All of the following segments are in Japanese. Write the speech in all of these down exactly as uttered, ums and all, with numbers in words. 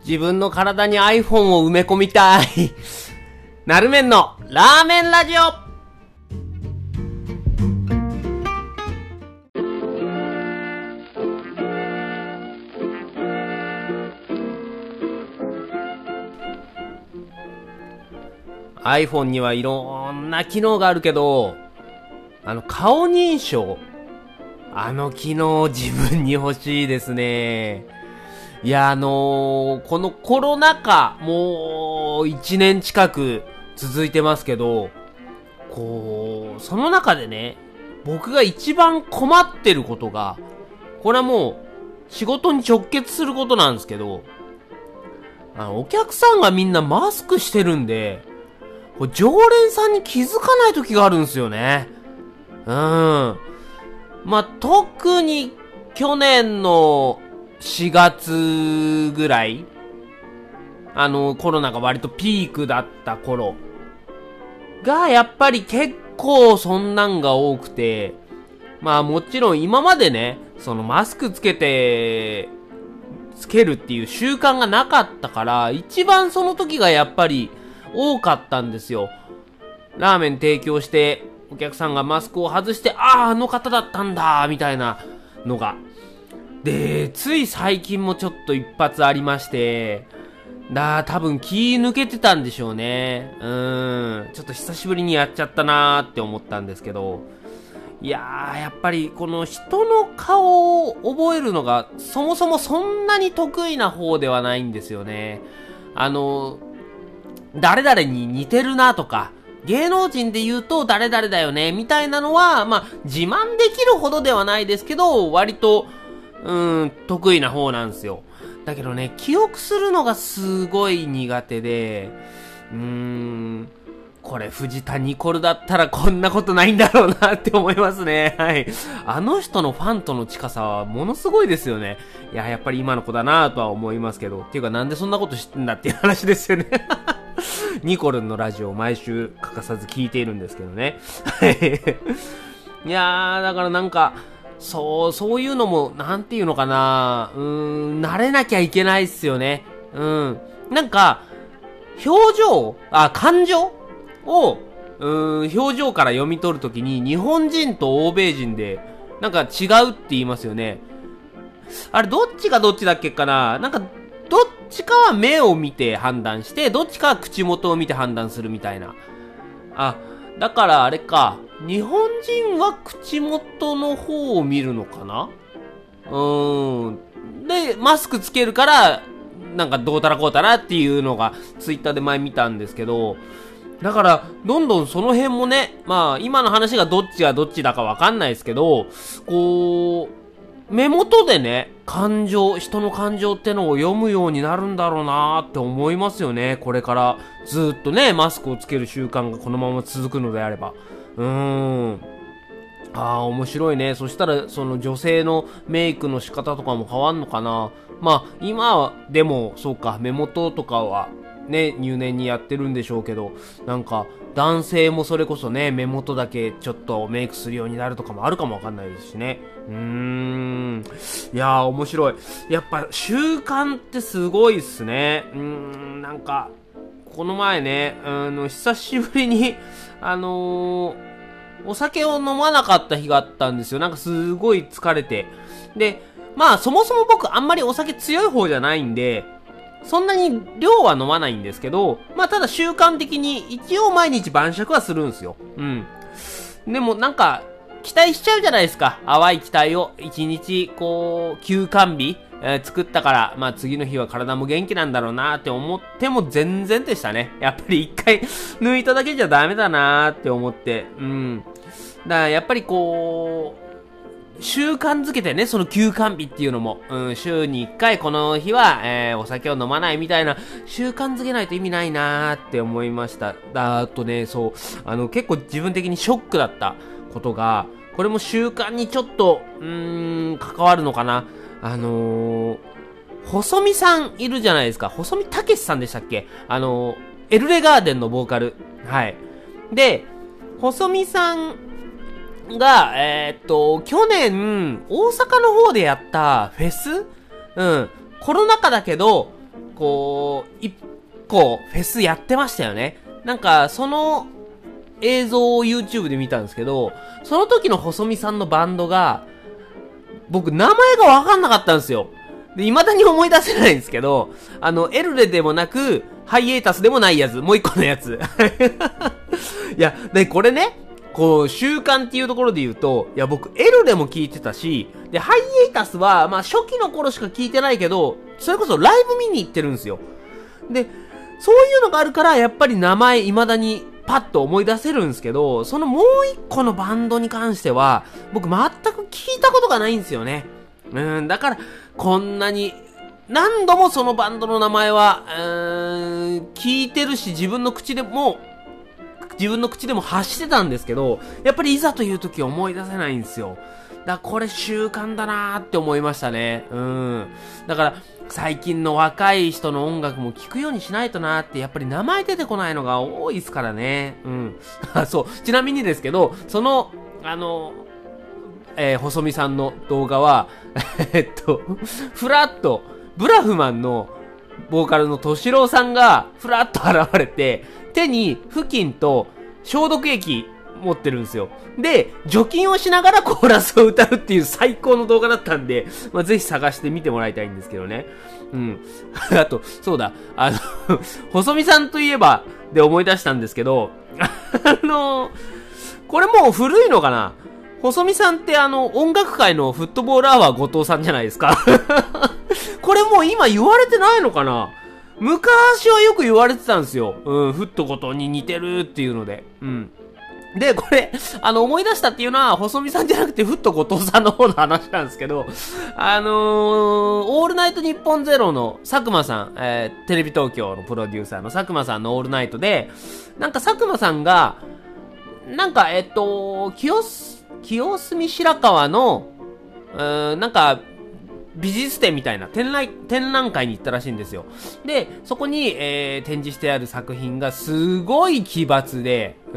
自分の体に iPhone を埋め込みたい。なるめんのラーメンラジオ。iPhone にはいろんな機能があるけど、あの顔認証、あの機能自分に欲しいですね。いや、あのー、このコロナ禍もういちねん近く続いてますけど、こうその中でね、僕が一番困ってることが、これはもう仕事に直結することなんですけど、あのお客さんがみんなマスクしてるんで、常連さんに気づかない時があるんですよね。うん。まあ、特に去年のしがつぐらい、あの、コロナが割とピークだった頃が、やっぱり結構そんなんが多くて、まあもちろん今までね、そのマスクつけて、つけるっていう習慣がなかったから、一番その時がやっぱり、多かったんですよ。ラーメン提供してお客さんがマスクを外して、あああの方だったんだみたいなのが、でつい最近もちょっと一発ありまして、だ多分気抜けてたんでしょうね。うーんちょっと久しぶりにやっちゃったなーって思ったんですけど、いやーやっぱりこの人の顔を覚えるのがそもそもそんなに得意な方ではないんですよね。あの誰々に似てるなとか、芸能人で言うと誰々だよねみたいなのは、まあ自慢できるほどではないですけど、割とうーん得意な方なんですよ。だけどね、記憶するのがすごい苦手で、うーんこれ藤田ニコルだったらこんなことないんだろうなって思いますね。はい。あの人のファンとの近さはものすごいですよね。いや、やっぱり今の子だなとは思いますけど。っていうかなんでそんなこと知ってんだっていう話ですよね。ニコルンのラジオを毎週欠かさず聞いているんですけどね。いやー、だからなんか、そう、そういうのも、なんていうのかな、うーん、慣れなきゃいけないっすよね。うん。なんか、表情、あ、感情を、うーん、表情から読み取るときに、日本人と欧米人で、なんか違うって言いますよね。あれ、どっちがどっちだっけかな、なんか、どっちかは目を見て判断して、どっちかは口元を見て判断するみたいな。あ、だからあれか、日本人は口元の方を見るのかな。うーん。で、マスクつけるから、なんかどうたらこうたらっていうのが、ツイッターで前見たんですけど、だから、どんどんその辺もね、まあ、今の話がどっちがどっちだかわかんないですけど、こう、目元でね、感情、人の感情ってのを読むようになるんだろうなーって思いますよね。これからずっとね、マスクをつける習慣がこのまま続くのであれば。うーん。ああ、面白いね。そしたら、その女性のメイクの仕方とかも変わんのかな。まあ、今は、でも、そうか、目元とかは、ね、入念にやってるんでしょうけど、なんか、男性もそれこそね、目元だけちょっとメイクするようになるとかもあるかもわかんないですしね。うーん。いやー、面白い。やっぱ、習慣ってすごいっすね。うーん、なんか、この前ね、あの、久しぶりに、あのー、お酒を飲まなかった日があったんですよ。なんかすごい疲れて。で、まあ、そもそも僕あんまりお酒強い方じゃないんで、そんなに量は飲まないんですけど、まあただ習慣的に一応毎日晩酌はするんですよ。うん。でもなんか、期待しちゃうじゃないですか。淡い期待を。一日、こう、休館日、えー、作ったから、まあ次の日は体も元気なんだろうなって思っても全然でしたね。やっぱり一回抜いただけじゃダメだなって思って。うん。だからやっぱりこう、習慣づけてね、その休館日っていうのも、うん、週にいっかいこの日は、えー、お酒を飲まないみたいな習慣づけないと意味ないなーって思いました。だとね、そう、あの、結構自分的にショックだったことが、これも習慣にちょっと、うーん、関わるのかな。あのー、細見さんいるじゃないですか。細見武さんでしたっけ？あのー、エルレガーデンのボーカル。はい。で、細見さん、が、えー、っと、去年、大阪の方でやったフェス？うん。コロナ禍だけど、 こう、一個フェスやってましたよね。なんか、その映像を YouTube で見たんですけど、その時の細見さんのバンドが、僕、名前がわかんなかったんですよ。で、未だに思い出せないんですけど、あの、エルレでもなく、ハイエータスでもないやつ、もう一個のやつ。いや、で、これね、こう、習慣っていうところで言うと、いや、僕、エルレも聞いてたし、で、ハイエータスは、まあ、初期の頃しか聞いてないけど、それこそライブ見に行ってるんですよ。で、そういうのがあるから、やっぱり名前、未だに、パッと思い出せるんですけど、そのもう一個のバンドに関しては、僕全く聞いたことがないんですよね。うん、だから、こんなに、何度もそのバンドの名前は、うーん、聞いてるし、自分の口でも、自分の口でも発してたんですけど、やっぱりいざという時思い出せないんですよ。だからこれ習慣だなーって思いましたね。うん。だから、最近の若い人の音楽も聴くようにしないとなーって、やっぱり名前出てこないのが多いですからね。うん。そう。ちなみにですけど、その、あの、えー、細見さんの動画は、えっと、ふらっと、ブラフマンのボーカルの敏郎さんが、ふらっと現れて、手に布巾と消毒液持ってるんですよ。で、除菌をしながらコーラスを歌うっていう最高の動画だったんで、まあ、ぜひ探してみてもらいたいんですけどね。うん。あと、そうだ、あの、細見さんといえば、で思い出したんですけど、あの、これもう古いのかな？細見さんってあの、音楽界のフットボールアワー後藤さんじゃないですか。これもう今言われてないのかな？昔はよく言われてたんですよ。うん、フット後藤に似てるっていうので。うん。で、これ、あの、思い出したっていうのは、細見さんじゃなくて、フット後藤さんの方の話なんですけど、あのー、オールナイトニッポンゼロの佐久間さん、えー、テレビ東京のプロデューサーの佐久間さんのオールナイトで、なんか佐久間さんが、なんか、えっと、清す、清澄白河の、うーん、なんか、美術展みたいな展覧、展覧会に行ったらしいんですよ。で、そこに、えー、展示してある作品がすごい奇抜で、うん、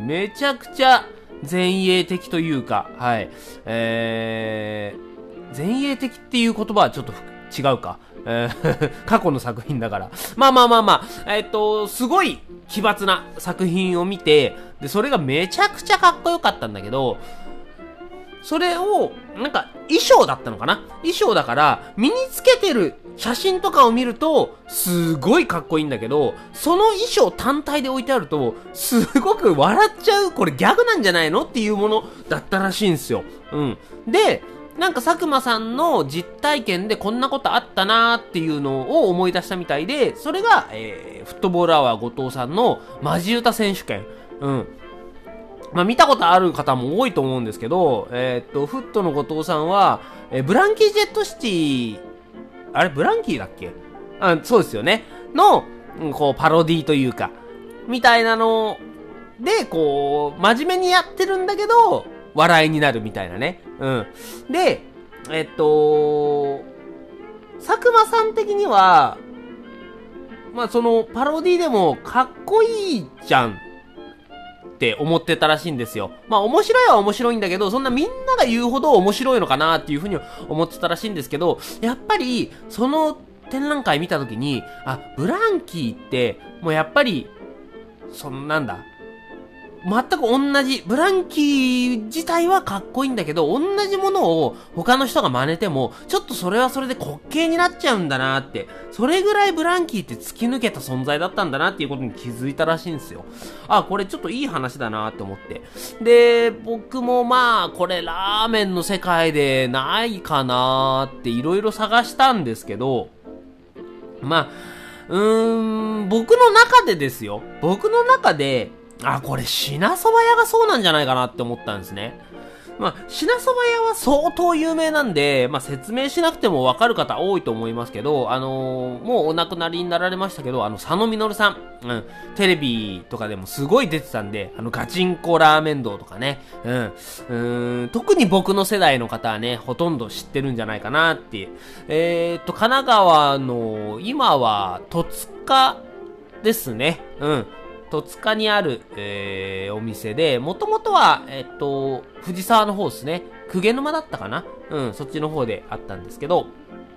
めちゃくちゃ前衛的というか、はい、えー、前衛的っていう言葉はちょっと違うか。えー、過去の作品だから。まあまあまあまあ、えっと、すごい奇抜な作品を見て、で、それがめちゃくちゃかっこよかったんだけど、それを、なんか、衣装だったのかな？衣装だから、身につけてる写真とかを見ると、すごいかっこいいんだけど、その衣装単体で置いてあると、すごく笑っちゃう、これギャグなんじゃないのっていうものだったらしいんですよ。うん。で、なんか佐久間さんの実体験でこんなことあったなーっていうのを思い出したみたいで、それが、えー、フットボールアワー後藤さんのマジ歌選手権。うん。まあ、見たことある方も多いと思うんですけど、えー、っと、フットの後藤さんは、えー、ブランキー・ジェット・シティ、あれブランキーだっけ？あ、そうですよね。の、こう、パロディというか、みたいなので、こう、真面目にやってるんだけど、笑いになるみたいなね。うん。で、えー、っと、佐久間さん的には、まあ、その、パロディでも、かっこいいじゃん。って思ってたらしいんですよ。まあ面白いは面白いんだけど、そんなみんなが言うほど面白いのかなっていうふうに思ってたらしいんですけど、やっぱりその展覧会見た時に、あ、ブランキーってもうやっぱりそのなんだ、全く同じ、ブランキー自体はかっこいいんだけど、同じものを他の人が真似ても、ちょっとそれはそれで滑稽になっちゃうんだなって、それぐらいブランキーって突き抜けた存在だったんだなっていうことに気づいたらしいんですよ。あ、これちょっといい話だなって思って。で、僕もまあ、これラーメンの世界でないかなっていろいろ探したんですけど、まあ、うーん、僕の中でですよ。僕の中で、あ、これ品蕎麦屋がそうなんじゃないかなって思ったんですね。まあ、品蕎麦屋は相当有名なんで、まあ説明しなくてもわかる方多いと思いますけど、あのー、もうお亡くなりになられましたけど、あの、佐野実さん、うん、テレビとかでもすごい出てたんで、あの、ガチンコラーメン道とかね、うん、うーん、特に僕の世代の方はね、ほとんど知ってるんじゃないかなっていう。えーっと、神奈川の、今は、戸塚ですね、うん。戸塚にある、えー、お店で、もともとは、えっと、藤沢の方ですね。鵠沼だったかな？うん、そっちの方であったんですけど、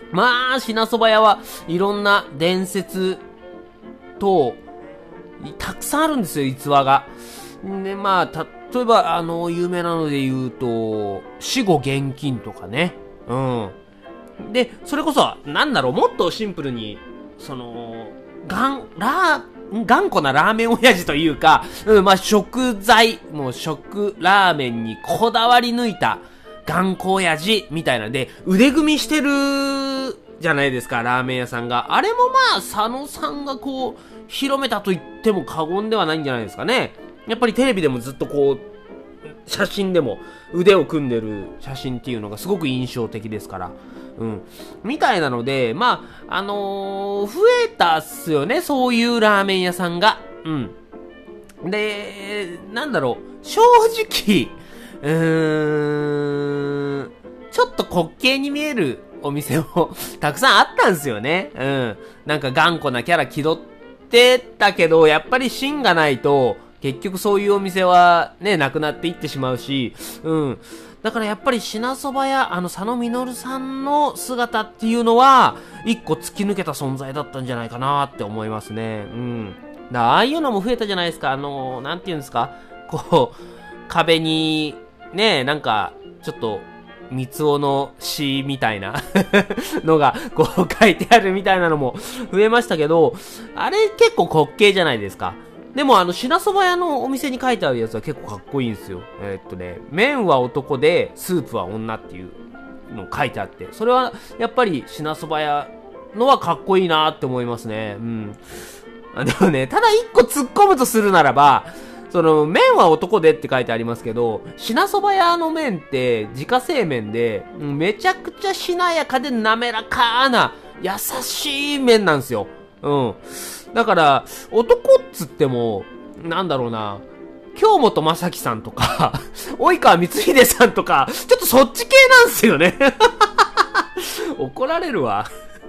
まあ、品蕎麦屋はいろんな伝説と、たくさんあるんですよ、逸話が。で、まあ、た、例えば、あの、有名なので言うと、死後現金とかね。うん。で、それこそ、なんだろう、もっとシンプルに、その、がん、ラー、頑固なラーメン親父というか、うん、まあ、食材、もう食、ラーメンにこだわり抜いた、頑固親父、みたいなで、腕組みしてる、じゃないですか、ラーメン屋さんが。あれもまあ、佐野さんがこう、広めたと言っても過言ではないんじゃないですかね。やっぱりテレビでもずっとこう、写真でも腕を組んでる写真っていうのがすごく印象的ですから。うん。みたいなので、まあ、あのー、増えたっすよね、そういうラーメン屋さんが。うん。で、なんだろう、正直、うーん、ちょっと滑稽に見えるお店もたくさんあったんですよね。うん。なんか頑固なキャラ気取ってたけど、やっぱり芯がないと、結局そういうお店はね、なくなっていってしまうし、うん。だからやっぱり品蕎麦屋、あの佐野実さんの姿っていうのは、一個突き抜けた存在だったんじゃないかなって思いますね。うん。だああいうのも増えたじゃないですか。あの、なんていうんですか。こう、壁に、ね、なんか、ちょっと、三つおの詩みたいなのが、こう書いてあるみたいなのも増えましたけど、あれ結構滑稽じゃないですか。でもあの品蕎麦屋のお店に書いてあるやつは結構かっこいいんですよ。えー、っとね、麺は男でスープは女っていうの書いてあって、それはやっぱり品蕎麦屋のはかっこいいなって思いますね。うん。でもね、ただ一個突っ込むとするならば、その、麺は男でって書いてありますけど、品蕎麦屋の麺って自家製麺で、めちゃくちゃしなやかで滑らかな、優しい麺なんですよ。うん。だから、男っつっても、なんだろうな、京本正樹さんとか、及川光秀さんとか、ちょっとそっち系なんすよね。怒られるわ。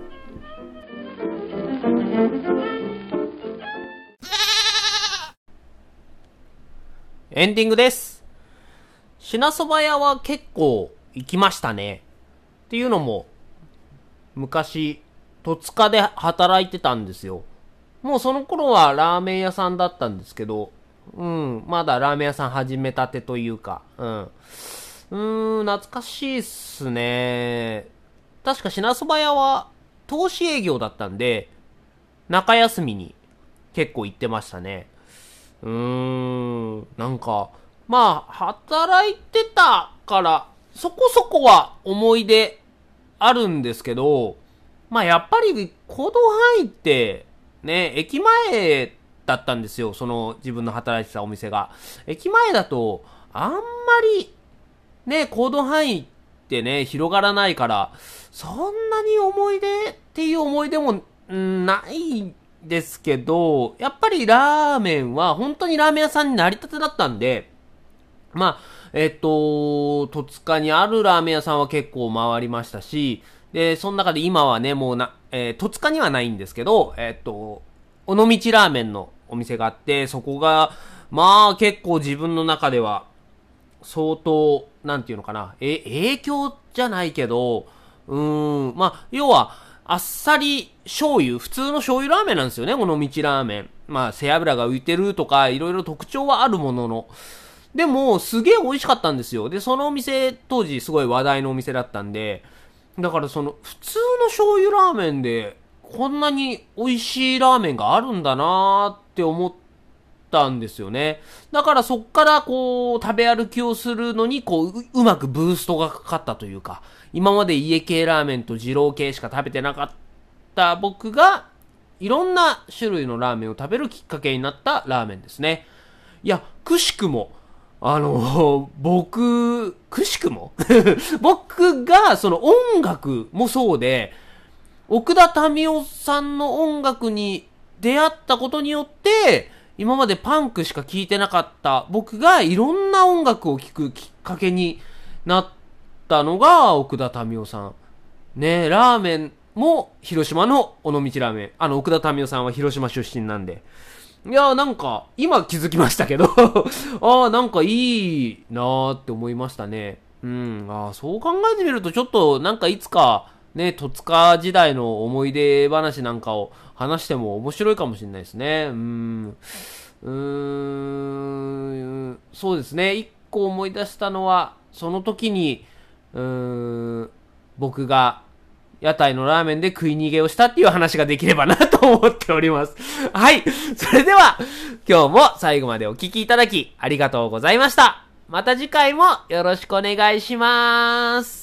エンディングです。品蕎麦屋は結構行きましたね。っていうのも、昔、戸塚で働いてたんですよ。もうその頃はラーメン屋さんだったんですけど、うん、まだラーメン屋さん始めたてというか、うん。うーん、懐かしいっすね。確か品蕎麦屋は投資営業だったんで、中休みに結構行ってましたね。うーん、なんか、まあ、働いてたから、そこそこは思い出あるんですけど、まあやっぱり行動範囲って、ね、駅前だったんですよ、その自分の働いてたお店が。駅前だと、あんまり、ね、行動範囲ってね、広がらないから、そんなに思い出っていう思い出も、んないですけど、やっぱりラーメンは本当にラーメン屋さんになりたてだったんで、まあ、えっと、戸塚にあるラーメン屋さんは結構回りましたし、で、その中で今はね、もうな、えー、戸塚にはないんですけど、えっと、尾道ラーメンのお店があって、そこが、まあ結構自分の中では、相当、なんていうのかな、え、影響じゃないけど、うーん、まあ、要は、あっさり醤油、普通の醤油ラーメンなんですよね、尾道ラーメン。まあ、背脂が浮いてるとか、いろいろ特徴はあるものの。でも、すげえ美味しかったんですよ。で、そのお店、当時すごい話題のお店だったんで、だからその、普通の醤油ラーメンで、こんなに美味しいラーメンがあるんだなーって思ったんですよね。だからそっからこう、食べ歩きをするのに、こう、う、うまくブーストがかかったというか、今まで家系ラーメンと二郎系しか食べてなかった僕が、いろんな種類のラーメンを食べるきっかけになったラーメンですね。いや、くしくも、あの、僕、くしくも僕が、その音楽もそうで、奥田民生さんの音楽に出会ったことによって、今までパンクしか聴いてなかった僕がいろんな音楽を聴くきっかけになったのが奥田民生さん。ね、ラーメンも広島の尾道ラーメン。あの、奥田民生さんは広島出身なんで。いやーなんか、今気づきましたけどああ、なんかいいなーって思いましたね。うん、ああ、そう考えてみるとちょっとなんかいつかね、戸塚時代の思い出話なんかを話しても面白いかもしれないですね。うーん。うーん、そうですね。一個思い出したのは、その時に、うーん、僕が屋台のラーメンで食い逃げをしたっていう話ができればなと思っております。はい。それでは、今日も最後までお聞きいただきありがとうございました。また次回もよろしくお願いします。